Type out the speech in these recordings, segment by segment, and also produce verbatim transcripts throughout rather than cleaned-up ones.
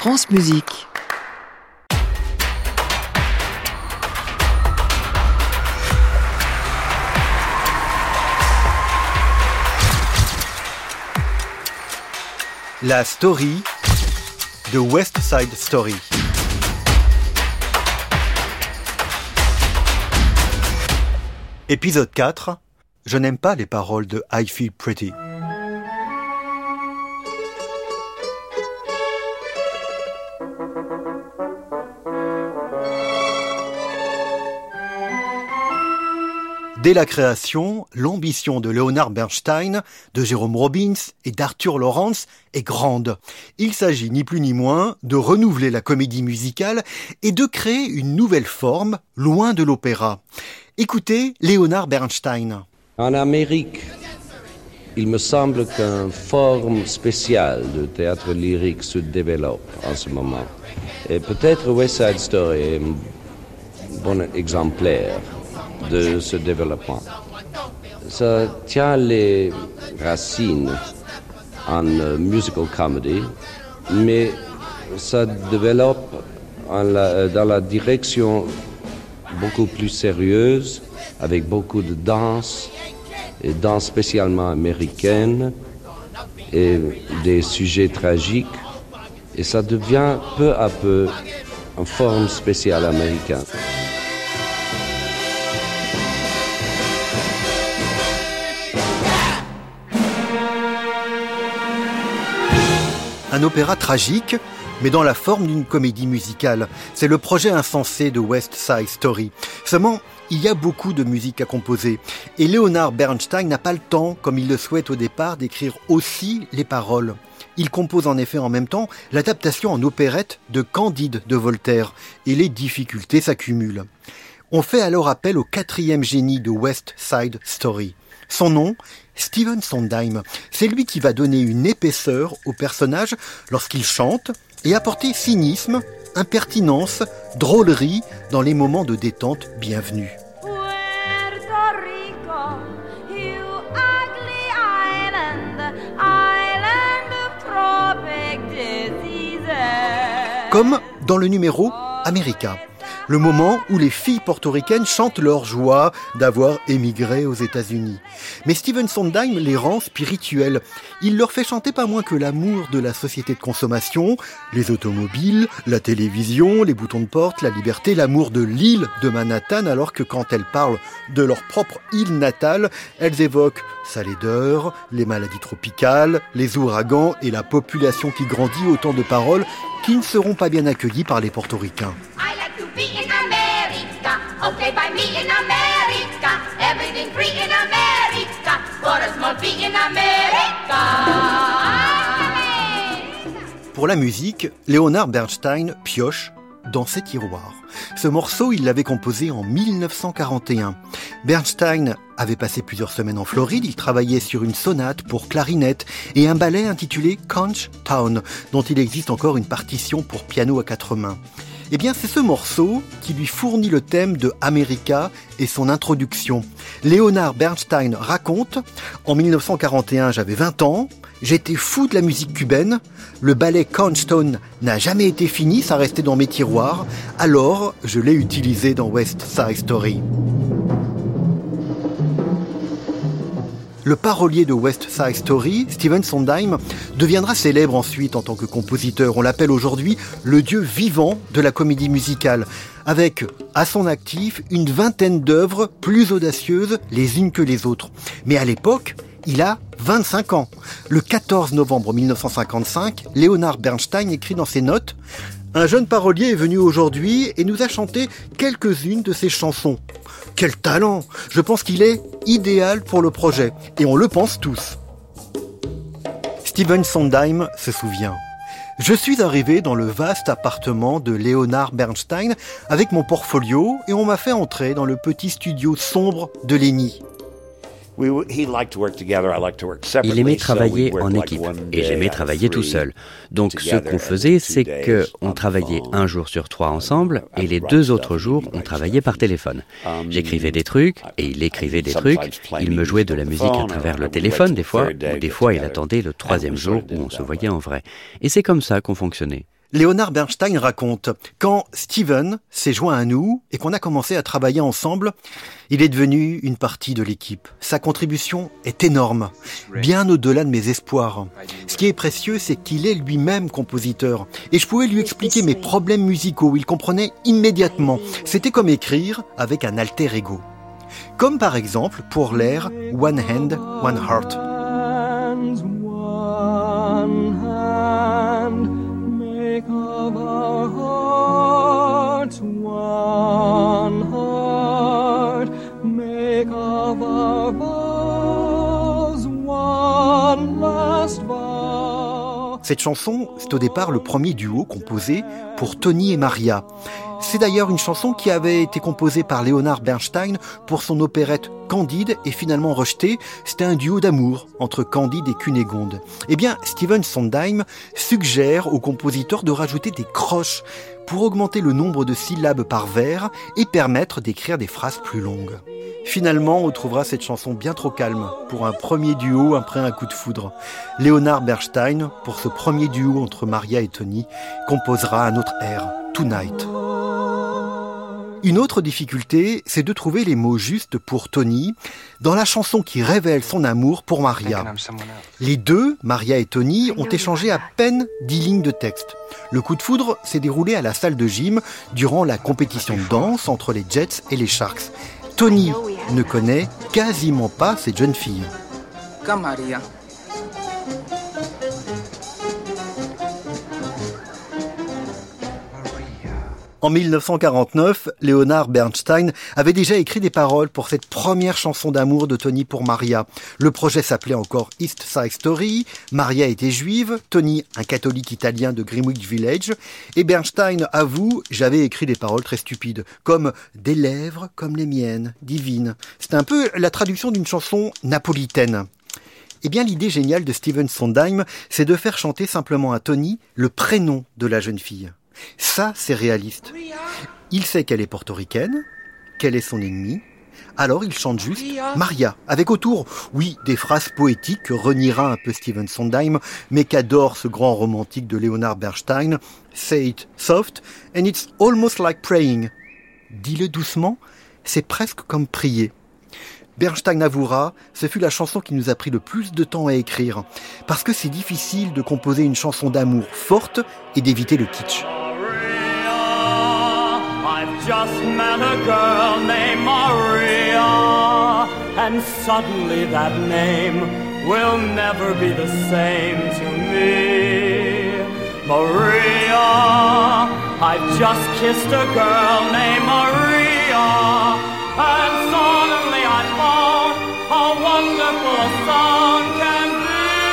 France Musique. La story de West Side Story. Épisode quatre. Je n'aime pas les paroles de I Feel Pretty. Dès la création, l'ambition de Leonard Bernstein, de Jerome Robbins et d'Arthur Lawrence est grande. Il s'agit ni plus ni moins de renouveler la comédie musicale et de créer une nouvelle forme, loin de l'opéra. Écoutez Leonard Bernstein. En Amérique, il me semble qu'une forme spéciale de théâtre lyrique se développe en ce moment. Et peut-être West Side Story est un bon exemplaire de ce développement. Ça tient les racines en uh, musical comedy, mais ça développe en la, dans la direction beaucoup plus sérieuse, avec beaucoup de danse, et danse spécialement américaine, et des sujets tragiques, et ça devient peu à peu une forme spéciale américaine. Un opéra tragique, mais dans la forme d'une comédie musicale. C'est le projet insensé de West Side Story. Seulement, il y a beaucoup de musique à composer. Et Leonard Bernstein n'a pas le temps, comme il le souhaite au départ, d'écrire aussi les paroles. Il compose en effet en même temps l'adaptation en opérette de Candide de Voltaire. Et les difficultés s'accumulent. On fait alors appel au quatrième génie de West Side Story. Son nom, Stephen Sondheim. C'est lui qui va donner une épaisseur au personnage lorsqu'il chante et apporter cynisme, impertinence, drôlerie dans les moments de détente bienvenus. Puerto Rico, you ugly island, island of tropic diseases. Comme dans le numéro America. Le moment où les filles portoricaines chantent leur joie d'avoir émigré aux États-Unis. Mais Stephen Sondheim les rend spirituels. Il leur fait chanter pas moins que l'amour de la société de consommation, les automobiles, la télévision, les boutons de porte, la liberté, l'amour de l'île de Manhattan, alors que quand elles parlent de leur propre île natale, elles évoquent sa laideur, les maladies tropicales, les ouragans et la population qui grandit, autant de paroles qui ne seront pas bien accueillies par les portoricains. Be in America, okay by me in America, everything free in America, for a small fee in America. Pour la musique, Leonard Bernstein pioche dans ses tiroirs. Ce morceau, il l'avait composé en dix-neuf cent quarante et un. Bernstein avait passé plusieurs semaines en Floride, il travaillait sur une sonate pour clarinette et un ballet intitulé Conch Town, dont il existe encore une partition pour piano à quatre mains. Eh bien, c'est ce morceau qui lui fournit le thème de America et son introduction. Leonard Bernstein raconte « En dix-neuf cent quarante et un, j'avais vingt ans, j'étais fou de la musique cubaine, le ballet Conch Town n'a jamais été fini, ça restait dans mes tiroirs, alors je l'ai utilisé dans West Side Story. » Le parolier de West Side Story, Stephen Sondheim, deviendra célèbre ensuite en tant que compositeur. On l'appelle aujourd'hui le dieu vivant de la comédie musicale, avec à son actif une vingtaine d'œuvres plus audacieuses les unes que les autres. Mais à l'époque, il a vingt-cinq ans. Le quatorze novembre dix-neuf cent cinquante-cinq, Leonard Bernstein écrit dans ses notes « Un jeune parolier est venu aujourd'hui et nous a chanté quelques-unes de ses chansons. Quel talent! Je pense qu'il est idéal pour le projet. Et on le pense tous. » Stephen Sondheim se souvient. « Je suis arrivé dans le vaste appartement de Leonard Bernstein avec mon portfolio et on m'a fait entrer dans le petit studio sombre de Lenny. » Il aimait travailler en équipe et j'aimais travailler tout seul. Donc ce qu'on faisait, c'est qu'on travaillait un jour sur trois ensemble et les deux autres jours, on travaillait par téléphone. J'écrivais des trucs et il écrivait des trucs. Il me jouait de la musique à travers le téléphone des fois, ou des fois il attendait le troisième jour où on se voyait en vrai. Et c'est comme ça qu'on fonctionnait. Leonard Bernstein raconte « Quand Steven s'est joint à nous et qu'on a commencé à travailler ensemble, il est devenu une partie de l'équipe. Sa contribution est énorme, bien au-delà de mes espoirs. Ce qui est précieux, c'est qu'il est lui-même compositeur. Et je pouvais lui expliquer mes problèmes musicaux, il comprenait immédiatement. C'était comme écrire avec un alter ego. Comme par exemple pour l'air « One Hand, One Heart ». Of our hearts one heart, make of our vows one last vow. Cette chanson, c'est au départ le premier duo composé pour Tony et Maria. C'est d'ailleurs une chanson qui avait été composée par Leonard Bernstein pour son opérette Candide et finalement rejetée. C'était un duo d'amour entre Candide et Cunégonde. Eh bien, Stephen Sondheim suggère au compositeur de rajouter des croches pour augmenter le nombre de syllabes par vers et permettre d'écrire des phrases plus longues. Finalement, on trouvera cette chanson bien trop calme pour un premier duo après un coup de foudre. Leonard Bernstein, pour ce premier duo entre Maria et Tony, composera un autre air, Tonight. Une autre difficulté, c'est de trouver les mots justes pour Tony dans la chanson qui révèle son amour pour Maria. Les deux, Maria et Tony, ont échangé à peine dix lignes de texte. Le coup de foudre s'est déroulé à la salle de gym durant la compétition de danse entre les Jets et les Sharks. Tony ne connaît quasiment pas cette jeune fille. Come, Maria. En dix-neuf cent quarante-neuf, Leonard Bernstein avait déjà écrit des paroles pour cette première chanson d'amour de Tony pour Maria. Le projet s'appelait encore East Side Story, Maria était juive, Tony un catholique italien de Greenwich Village, et Bernstein avoue « J'avais écrit des paroles très stupides, comme « des lèvres comme les miennes, divines ». C'est un peu la traduction d'une chanson napolitaine. Eh bien, l'idée géniale de Stephen Sondheim, c'est de faire chanter simplement à Tony le prénom de la jeune fille. Ça, c'est réaliste. Il sait qu'elle est portoricaine, qu'elle est son ennemie, alors il chante juste Maria, avec autour, oui, des phrases poétiques que reniera un peu Stephen Sondheim, mais qu'adore ce grand romantique de Leonard Bernstein. Say it soft, and it's almost like praying. Dis-le doucement, c'est presque comme prier. Bernstein avouera, ce fut la chanson qui nous a pris le plus de temps à écrire, parce que c'est difficile de composer une chanson d'amour forte et d'éviter le kitsch. I've just met a girl named Maria, and suddenly that name will never be the same to me. Maria, I've just kissed a girl named Maria, and suddenly I found how wonderful a sound can be.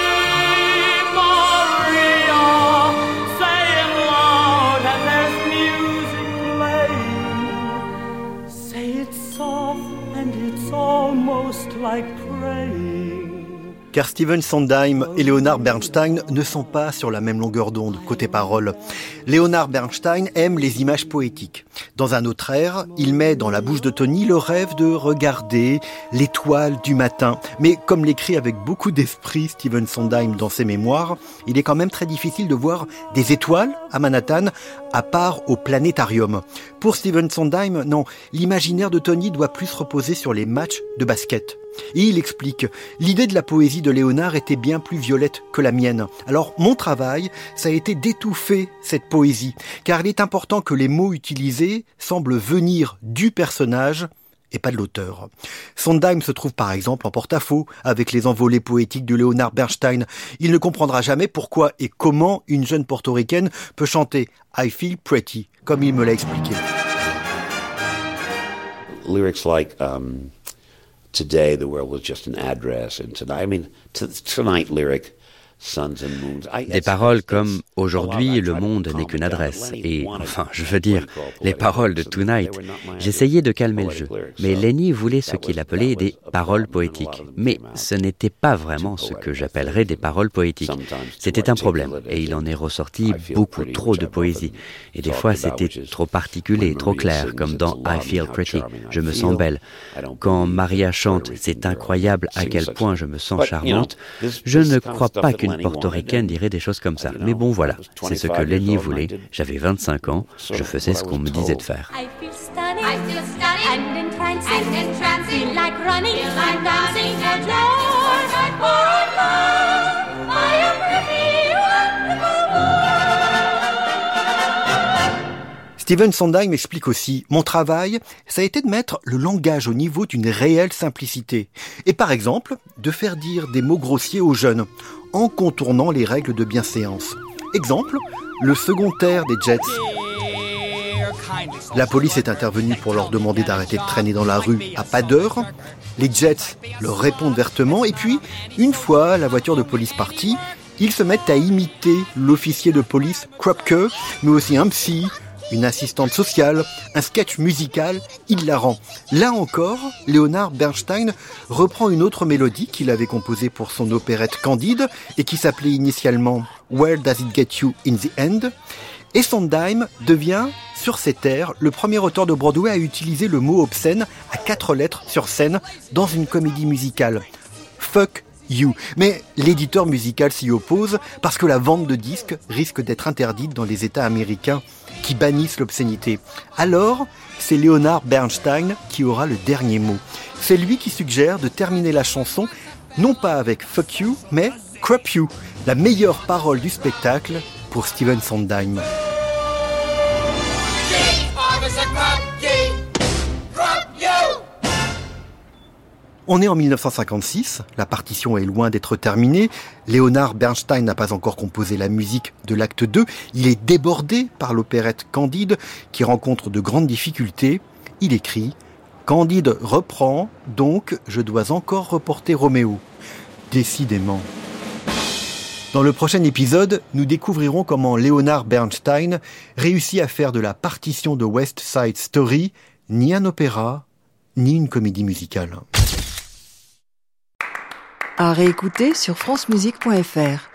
Maria, say it loud and there's music playing. Say it soft and it's almost like praying. Car Stephen Sondheim et Leonard Bernstein ne sont pas sur la même longueur d'onde, côté parole. Leonard Bernstein aime les images poétiques. Dans un autre air, il met dans la bouche de Tony le rêve de regarder l'étoile du matin. Mais comme l'écrit avec beaucoup d'esprit Stephen Sondheim dans ses mémoires, il est quand même très difficile de voir des étoiles à Manhattan, à part au planétarium. Pour Stephen Sondheim, non, l'imaginaire de Tony doit plus reposer sur les matchs de basket. Et il explique, l'idée de la poésie de Léonard était bien plus violette que la mienne. Alors mon travail, ça a été d'étouffer cette poésie, car il est important que les mots utilisés semblent venir du personnage et pas de l'auteur. Sondheim se trouve par exemple en porte-à-faux avec les envolées poétiques de Leonard Bernstein. Il ne comprendra jamais pourquoi et comment une jeune portoricaine peut chanter « I feel pretty », comme il me l'a expliqué. Lyrics like... Um... Today the world was just an address, and tonight, I mean, t- tonight lyric, suns and moons. I, Des paroles comme « Aujourd'hui, le monde n'est qu'une adresse » et, enfin, je veux dire, les paroles de Tonight. J'essayais de calmer le jeu, mais Lenny voulait ce qu'il appelait des paroles poétiques. Mais ce n'était pas vraiment ce que j'appellerais des paroles poétiques. C'était un problème, et il en est ressorti beaucoup trop de poésie. Et des fois, c'était trop particulier, trop clair, comme dans « I feel pretty », je me sens belle. Quand Maria chante « C'est incroyable à quel point je me sens charmante », je ne crois pas qu'une qu'une portoricaine dirait des choses comme ça. Mais bon, voilà, c'est ce que Lenny voulait. J'avais vingt-cinq ans, je faisais ce qu'on me disait de faire. I feel stunning, I feel stunning, and entrancing, and entrancing, feel like running, feel like dancing for joy, like for love, I am pretty wonderful. Stephen Sondheim explique aussi « Mon travail, ça a été de mettre le langage au niveau d'une réelle simplicité. Et par exemple, de faire dire des mots grossiers aux jeunes, en contournant les règles de bienséance. Exemple, le second air des Jets. La police est intervenue pour leur demander d'arrêter de traîner dans la rue à pas d'heure. Les Jets leur répondent vertement. Et puis, une fois la voiture de police partie, ils se mettent à imiter l'officier de police Krupke, mais aussi un psy, une assistante sociale, un sketch musical hilarant. Là encore, Leonard Bernstein reprend une autre mélodie qu'il avait composée pour son opérette Candide et qui s'appelait initialement « Where Does It Get You in the End ?» Et Sondheim devient, sur cet air, le premier auteur de Broadway à utiliser le mot obscène à quatre lettres sur scène dans une comédie musicale. Fuck you. Mais l'éditeur musical s'y oppose parce que la vente de disques risque d'être interdite dans les États américains qui bannissent l'obscénité. Alors, c'est Leonard Bernstein qui aura le dernier mot. C'est lui qui suggère de terminer la chanson non pas avec Fuck you, mais Crap you, la meilleure parole du spectacle pour Stephen Sondheim. On est en dix-neuf cent cinquante-six, la partition est loin d'être terminée, Leonard Bernstein n'a pas encore composé la musique de l'acte deux, il est débordé par l'opérette Candide qui rencontre de grandes difficultés. Il écrit « Candide reprend, donc je dois encore reporter Roméo. » Décidément. Dans le prochain épisode, nous découvrirons comment Leonard Bernstein réussit à faire de la partition de West Side Story ni un opéra, ni une comédie musicale. À réécouter sur francemusique point f r.